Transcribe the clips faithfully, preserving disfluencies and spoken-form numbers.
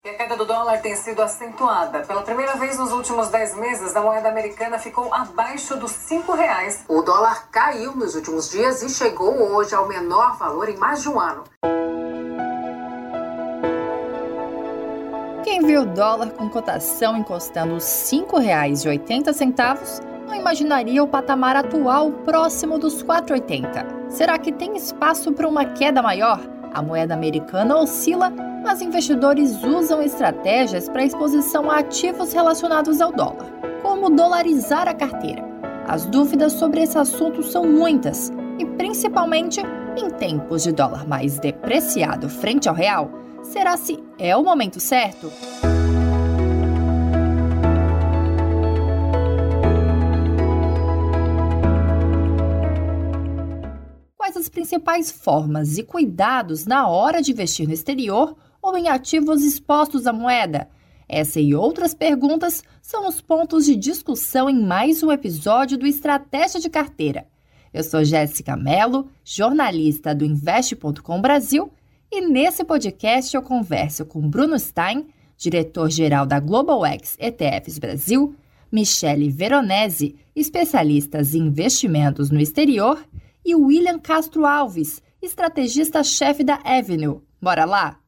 A queda do dólar tem sido acentuada. Pela primeira vez nos últimos dez meses, a moeda americana ficou abaixo dos cinco reais. O dólar caiu nos últimos dias e chegou hoje ao menor valor em mais de um ano. Quem viu o dólar com cotação encostando os cinco reais e oitenta centavos não imaginaria o patamar atual próximo dos quatro reais e oitenta centavos. Será que tem espaço para uma queda maior? A moeda americana oscila, mas investidores usam estratégias para exposição a ativos relacionados ao dólar, como dolarizar a carteira. As dúvidas sobre esse assunto são muitas, e principalmente em tempos de dólar mais depreciado frente ao real, será se é o momento certo? Quais as principais formas e cuidados na hora de investir no exterior ou em ativos expostos à moeda? Essa e outras perguntas são os pontos de discussão em mais um episódio do Estratégia de Carteira. Eu sou Jéssica Mello, jornalista do Investe ponto com Brasil, e nesse podcast eu converso com Bruno Stein, diretor-geral da Global X E T Fs Brasil, Michele Veronese, especialista em investimentos no exterior, e William Castro Alves, estrategista-chefe da Avenue. Bora lá?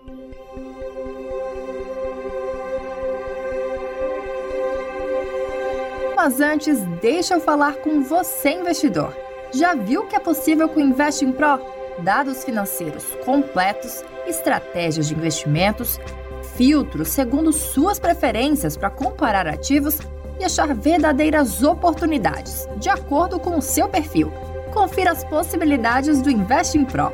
Mas antes, deixa eu falar com você, investidor. Já viu que é possível com o Investing Pro? Dados financeiros completos, estratégias de investimentos, filtros segundo suas preferências para comparar ativos e achar verdadeiras oportunidades, de acordo com o seu perfil. Confira as possibilidades do Investing Pro.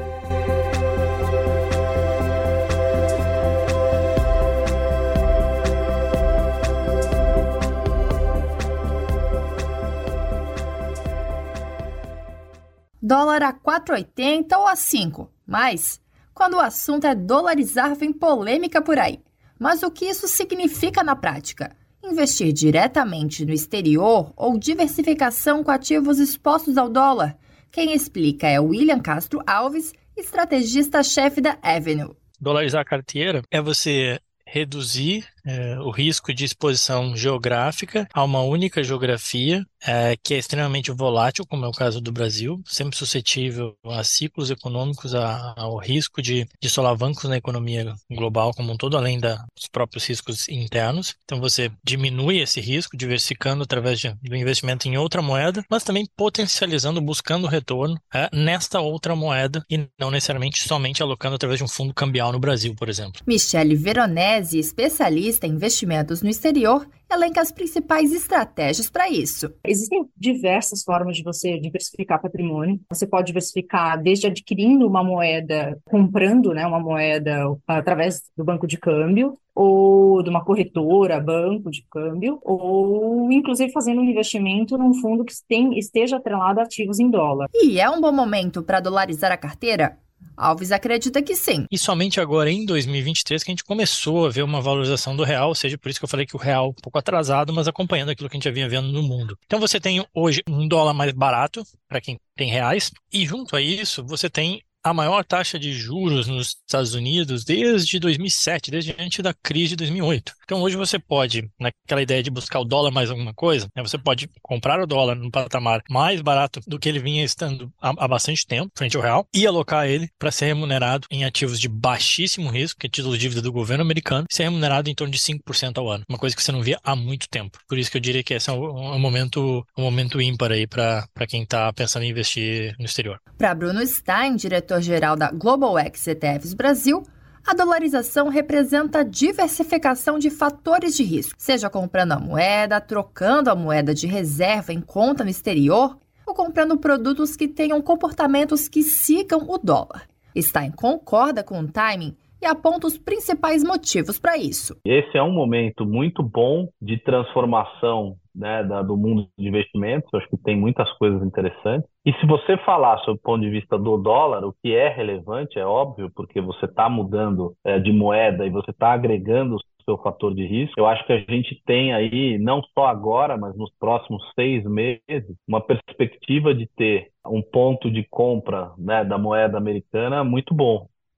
Dólar a quatro reais e oitenta centavos ou a cinco reais. Mas, quando o assunto é dolarizar, vem polêmica por aí. Mas o que isso significa na prática? Investir diretamente no exterior ou diversificação com ativos expostos ao dólar? Quem explica é William Castro Alves, estrategista-chefe da Avenue. Dolarizar a carteira é você reduzir é, o risco de exposição geográfica a uma única geografia é, que é extremamente volátil, como é o caso do Brasil, sempre suscetível a ciclos econômicos, a, ao risco de, de solavancos na economia global como um todo, além da, dos próprios riscos internos. Então você diminui esse risco, diversificando através de, do investimento em outra moeda, mas também potencializando, buscando retorno é, nesta outra moeda e não necessariamente somente alocando através de um fundo cambial no Brasil, por exemplo. Michele Veronese, especialista em investimentos no exterior, elenca as principais estratégias para isso. Existem diversas formas de você diversificar patrimônio. Você pode diversificar desde adquirindo uma moeda, comprando, né, uma moeda através do banco de câmbio, ou de uma corretora, banco de câmbio, ou inclusive fazendo um investimento num fundo que tem, esteja atrelado a ativos em dólar. E é um bom momento para dolarizar a carteira? Alves acredita que sim. E somente agora, em dois mil e vinte e três, que a gente começou a ver uma valorização do real, ou seja, por isso que eu falei que o real é um pouco atrasado, mas acompanhando aquilo que a gente já vinha vendo no mundo. Então você tem hoje um dólar mais barato, para quem tem reais, e junto a isso você tem a maior taxa de juros nos Estados Unidos desde dois mil e sete, desde antes da crise de dois mil e oito. Então hoje você pode, naquela ideia de buscar o dólar mais alguma coisa, né, você pode comprar o dólar num patamar mais barato do que ele vinha estando há, há bastante tempo, frente ao real, e alocar ele para ser remunerado em ativos de baixíssimo risco, que é título de dívida do governo americano, e ser remunerado em torno de cinco por cento ao ano. Uma coisa que você não via há muito tempo. Por isso que eu diria que esse é um, um momento, um momento ímpar aí para quem está pensando em investir no exterior. Para Bruno Stein, diretor-geral da Global X E T Fs Brasil, a dolarização representa diversificação de fatores de risco, seja comprando a moeda, trocando a moeda de reserva em conta no exterior ou comprando produtos que tenham comportamentos que sigam o dólar. Stein concorda com o timing e aponta os principais motivos para isso. Esse é um momento muito bom de transformação, né, da, do mundo de investimentos. Eu acho que tem muitas coisas interessantes. E se você falar sobre o ponto de vista do dólar, o que é relevante, é óbvio, porque você está mudando é, de moeda e você está agregando o seu fator de risco. Eu acho que a gente tem aí, não só agora, mas nos próximos seis meses, uma perspectiva de ter um ponto de compra, né, da moeda americana muito bom.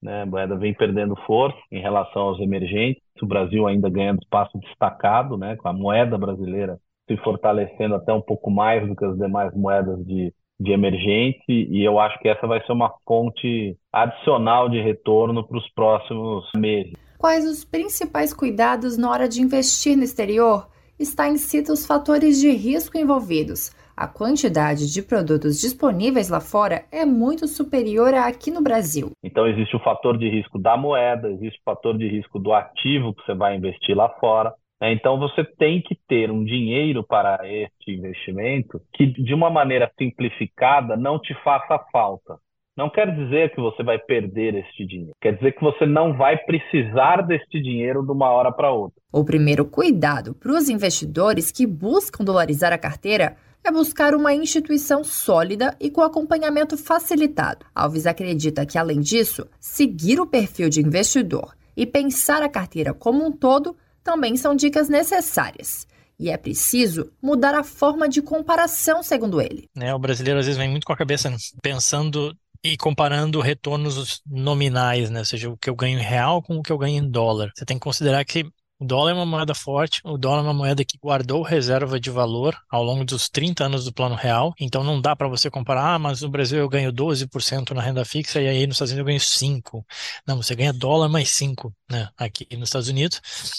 né? A moeda vem perdendo força em relação aos emergentes, o Brasil ainda ganhando espaço destacado, né? Com a moeda brasileira se fortalecendo até um pouco mais do que as demais moedas de, de emergente, e eu acho que essa vai ser uma fonte adicional de retorno para os próximos meses. Quais os principais cuidados na hora de investir no exterior? Está em cita os fatores de risco envolvidos. A quantidade de produtos disponíveis lá fora é muito superior à aqui no Brasil. Então existe o fator de risco da moeda, existe o fator de risco do ativo que você vai investir lá fora. Então, você tem que ter um dinheiro para este investimento que, de uma maneira simplificada, não te faça falta. Não quer dizer que você vai perder este dinheiro. Quer dizer que você não vai precisar deste dinheiro de uma hora para outra. O primeiro cuidado para os investidores que buscam dolarizar a carteira é buscar uma instituição sólida e com acompanhamento facilitado. Alves acredita que, além disso, seguir o perfil de investidor e pensar a carteira como um todo também são dicas necessárias. E é preciso mudar a forma de comparação, segundo ele. É, o brasileiro às vezes vem muito com a cabeça pensando e comparando retornos nominais, né? Ou seja, o que eu ganho em real com o que eu ganho em dólar. Você tem que considerar que o dólar é uma moeda forte, o dólar é uma moeda que guardou reserva de valor ao longo dos trinta anos do plano real, então não dá para você comparar, ah, mas no Brasil eu ganho doze por cento na renda fixa e aí nos Estados Unidos eu ganho cinco por cento. Não, você ganha dólar mais cinco por cento, né, aqui nos Estados Unidos.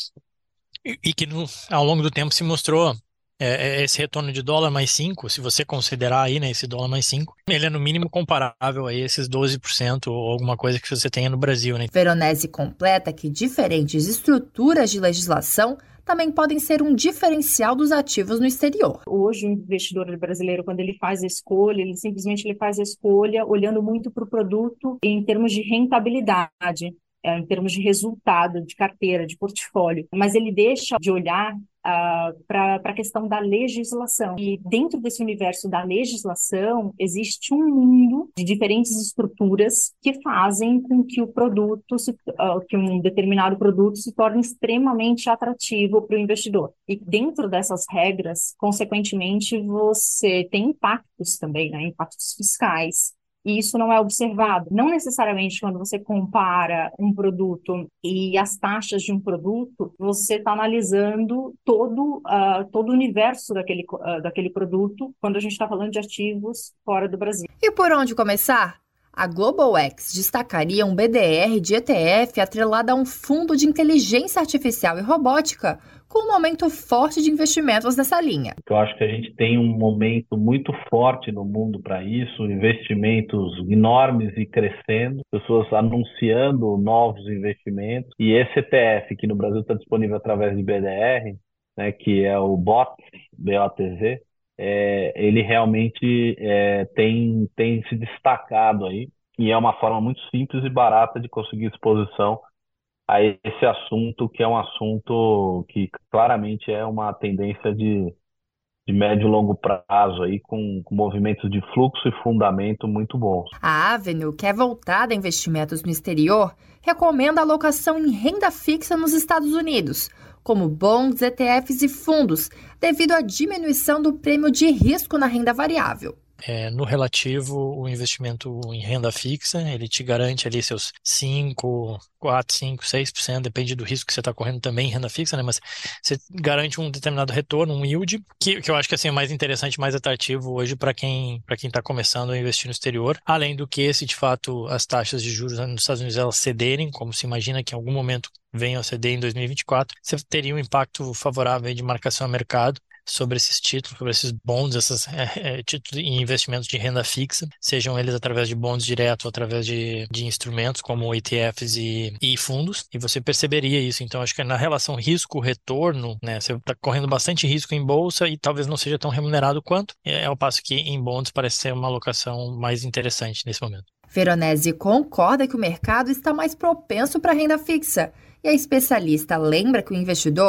E que no, ao longo do tempo se mostrou é, esse retorno de dólar mais cinco, se você considerar aí, né, esse dólar mais cinco, ele é no mínimo comparável a esses doze por cento ou alguma coisa que você tenha no Brasil, né? Veronese completa que diferentes estruturas de legislação também podem ser um diferencial dos ativos no exterior. Hoje, o investidor brasileiro, quando ele faz a escolha, ele simplesmente ele faz a escolha olhando muito para o produto em termos de rentabilidade. É, em termos de resultado, de carteira, de portfólio, mas ele deixa de olhar uh, para a questão da legislação. E dentro desse universo da legislação, existe um mundo de diferentes estruturas que fazem com que o produto, se, uh, que um determinado produto se torne extremamente atrativo para o investidor. E dentro dessas regras, consequentemente, você tem impactos também, né? Impactos fiscais. E isso não é observado. Não necessariamente quando você compara um produto e as taxas de um produto, você está analisando todo, uh, todo o universo daquele, uh, daquele produto quando a gente está falando de ativos fora do Brasil. E por onde começar? A GlobalX destacaria um B D R de E T F atrelado a um fundo de inteligência artificial e robótica, com um momento forte de investimentos nessa linha. Eu acho que a gente tem um momento muito forte no mundo para isso, investimentos enormes e crescendo, pessoas anunciando novos investimentos, e esse E T F que no Brasil está disponível através de B D R, né, que é o B O T Z, B O T Z, É, ele realmente é, tem, tem se destacado aí, e é uma forma muito simples e barata de conseguir exposição a esse assunto, que é um assunto que claramente é uma tendência de, de médio e longo prazo, aí, com, com movimentos de fluxo e fundamento muito bons. A Avenue, que é voltada a investimentos no exterior, recomenda a alocação em renda fixa nos Estados Unidos, como bonds, E T Fs e fundos, devido à diminuição do prêmio de risco na renda variável. É, no relativo, o investimento em renda fixa, ele te garante ali seus cinco, quatro, cinco, seis por cento, depende do risco que você está correndo também em renda fixa, né? Mas você garante um determinado retorno, um yield, que, que eu acho que assim, é mais interessante, mais atrativo hoje para quem para quem está começando a investir no exterior. Além do que, se de fato as taxas de juros nos Estados Unidos elas cederem, como se imagina que em algum momento venham a ceder em dois mil e vinte e quatro, você teria um impacto favorável aí de marcação a mercado sobre esses títulos, sobre esses bonds, esses é, é, títulos e investimentos de renda fixa, sejam eles através de bonds diretos ou através de, de instrumentos como E T Fs e, e fundos, e você perceberia isso. Então, acho que na relação risco-retorno, né, você está correndo bastante risco em bolsa e talvez não seja tão remunerado quanto, é ao passo que em bonds parece ser uma alocação mais interessante nesse momento. Veronese concorda que o mercado está mais propenso para a renda fixa, e a especialista lembra que o investidor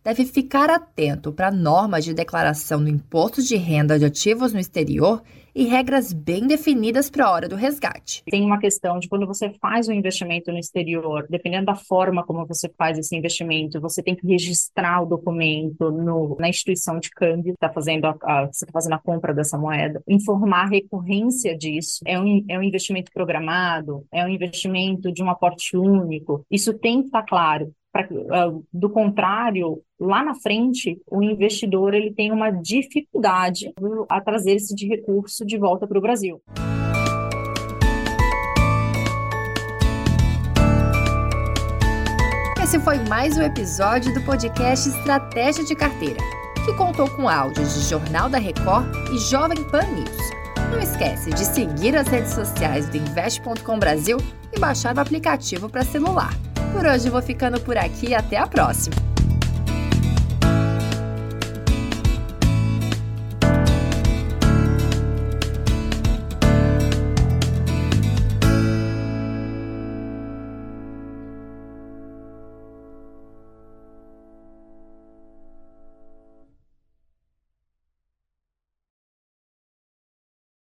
deve ficar atento para normas de declaração do imposto de renda de ativos no exterior e regras bem definidas para a hora do resgate. Tem uma questão de quando você faz um investimento no exterior, dependendo da forma como você faz esse investimento, você tem que registrar o documento no, na instituição de câmbio que está fazendo, a, a, você tá fazendo a compra dessa moeda, informar a recorrência disso. É um, é um investimento programado, é um investimento de um aporte único. Isso tem que estar claro. Pra, uh, do contrário, lá na frente, o investidor ele tem uma dificuldade a trazer esse de recurso de volta para o Brasil. Esse foi mais um episódio do podcast Estratégia de Carteira, que contou com áudios de Jornal da Record e Jovem Pan News. Não esquece de seguir as redes sociais do investe ponto com Brasil e baixar o aplicativo para celular. Por hoje eu vou ficando por aqui e até a próxima!